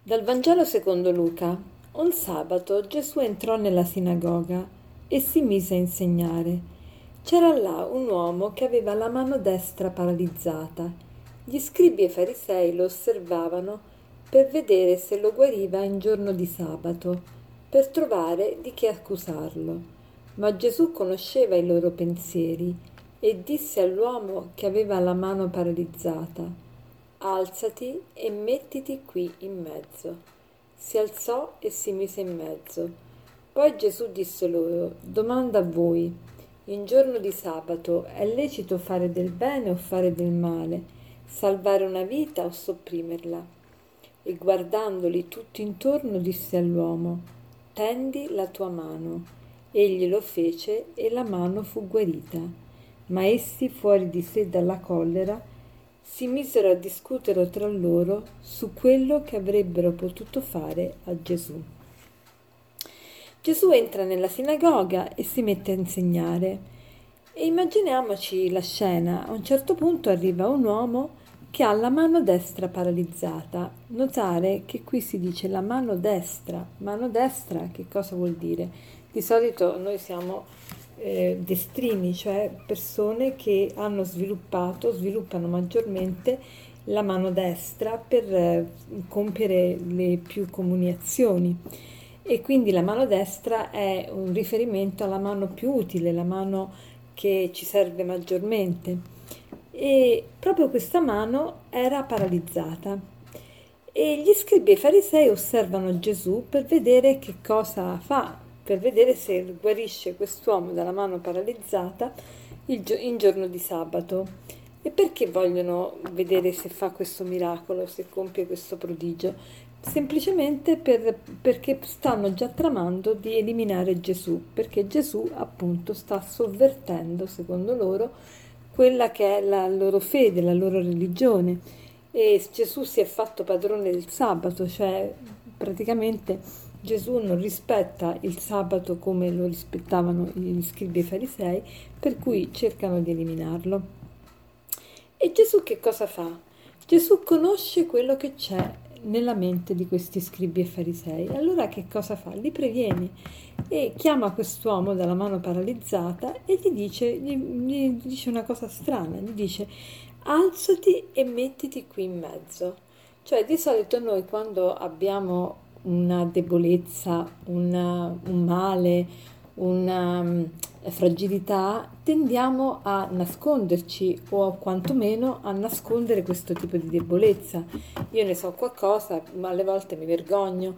Dal Vangelo secondo Luca. Un sabato Gesù entrò nella sinagoga e si mise a insegnare. C'era là un uomo che aveva la mano destra paralizzata. Gli scribi e i farisei lo osservavano per vedere se lo guariva in giorno di sabato, per trovare di che accusarlo. Ma Gesù conosceva i loro pensieri e disse all'uomo che aveva la mano paralizzata: Alzati e mettiti qui in mezzo. Si alzò e si mise in mezzo. Poi Gesù disse loro: Domanda a voi: in giorno di sabato è lecito fare del bene o fare del male, salvare una vita o sopprimerla? E guardandoli tutti intorno disse all'uomo: Tendi la tua mano. Egli lo fece e la mano fu guarita. Ma essi, fuori di sé dalla collera, si misero a discutere tra loro su quello che avrebbero potuto fare a Gesù. Gesù entra nella sinagoga e si mette a insegnare. E immaginiamoci la scena. A un certo punto arriva un uomo che ha la mano destra paralizzata. Notare che qui si dice la mano destra. Mano destra che cosa vuol dire? Di solito noi siamo destrini, cioè persone che sviluppano maggiormente la mano destra per compiere le più comuni azioni. E quindi la mano destra è un riferimento alla mano più utile, la mano che ci serve maggiormente. E proprio questa mano era paralizzata. E gli scribi e i farisei osservano Gesù per vedere che cosa fa, per vedere se guarisce quest'uomo dalla mano paralizzata in giorno di sabato. E perché vogliono vedere se fa questo miracolo, se compie questo prodigio? Semplicemente perché stanno già tramando di eliminare Gesù, perché Gesù appunto sta sovvertendo, secondo loro, quella che è la loro fede, la loro religione. E Gesù si è fatto padrone del sabato, cioè praticamente Gesù non rispetta il sabato come lo rispettavano gli scribi e i farisei, per cui cercano di eliminarlo. E Gesù che cosa fa? Gesù conosce quello che c'è nella mente di questi scribi e farisei. Allora che cosa fa? Li previene e chiama quest'uomo dalla mano paralizzata e gli dice una cosa strana, gli dice: alzati e mettiti qui in mezzo. Cioè di solito noi quando abbiamo una debolezza, un male, una fragilità, tendiamo a nasconderci o quantomeno a nascondere questo tipo di debolezza. Io ne so qualcosa, ma alle volte mi vergogno.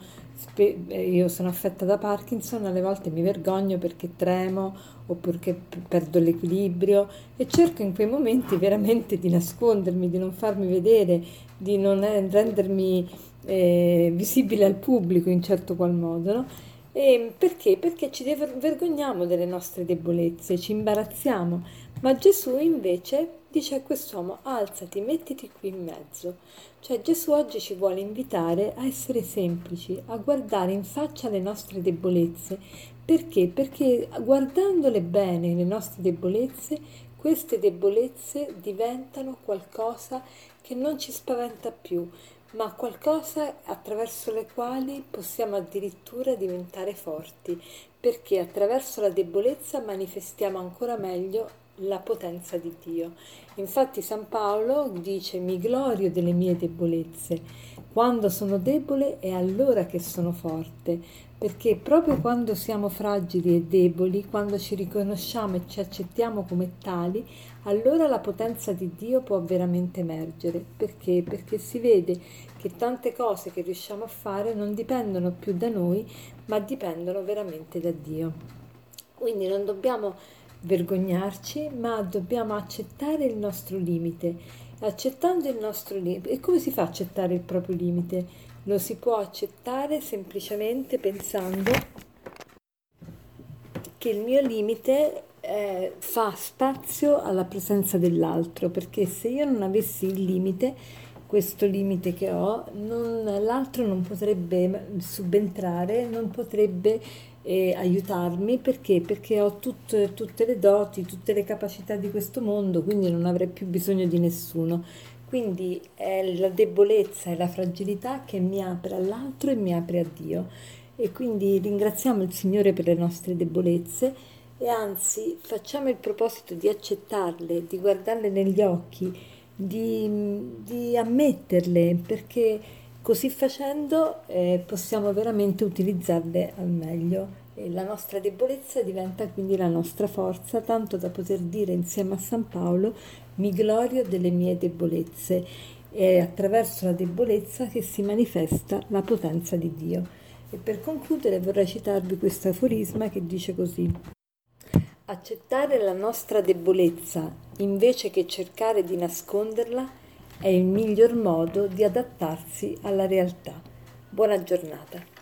Io sono affetta da Parkinson, alle volte mi vergogno perché tremo o perché perdo l'equilibrio e cerco in quei momenti veramente di nascondermi, di non farmi vedere, di non rendermi visibile al pubblico in certo qual modo, no? E perché? Perché ci vergogniamo delle nostre debolezze, ci imbarazziamo, ma Gesù invece dice a quest'uomo: alzati, mettiti qui in mezzo. Cioè Gesù oggi ci vuole invitare a essere semplici, a guardare in faccia le nostre debolezze. Perché? Perché guardandole bene, le nostre debolezze, queste debolezze diventano qualcosa che non ci spaventa più, ma qualcosa attraverso le quali possiamo addirittura diventare forti, perché attraverso la debolezza manifestiamo ancora meglio la potenza di Dio. Infatti San Paolo dice: mi glorio delle mie debolezze. Quando sono debole è allora che sono forte, perché proprio quando siamo fragili e deboli, quando ci riconosciamo e ci accettiamo come tali, allora la potenza di Dio può veramente emergere. Perché? Perché si vede che tante cose che riusciamo a fare non dipendono più da noi, ma dipendono veramente da Dio. Quindi non dobbiamo vergognarci, ma dobbiamo accettare il nostro limite. Accettando il nostro limite, e come si fa a accettare il proprio limite? Lo si può accettare semplicemente pensando che il mio limite fa spazio alla presenza dell'altro, perché se io non avessi il limite, questo limite che ho, l'altro non potrebbe subentrare, non potrebbe aiutarmi, perché? Perché ho tutte le doti, tutte le capacità di questo mondo, quindi non avrei più bisogno di nessuno. Quindi è la debolezza e la fragilità che mi apre all'altro e mi apre a Dio. E quindi ringraziamo il Signore per le nostre debolezze e anzi facciamo il proposito di accettarle, di guardarle negli occhi, di ammetterle, perché così facendo possiamo veramente utilizzarle al meglio. E la nostra debolezza diventa quindi la nostra forza, tanto da poter dire insieme a San Paolo: mi glorio delle mie debolezze. È attraverso la debolezza che si manifesta la potenza di Dio. E per concludere vorrei citarvi questo aforisma che dice così: accettare la nostra debolezza invece che cercare di nasconderla è il miglior modo di adattarsi alla realtà. Buona giornata.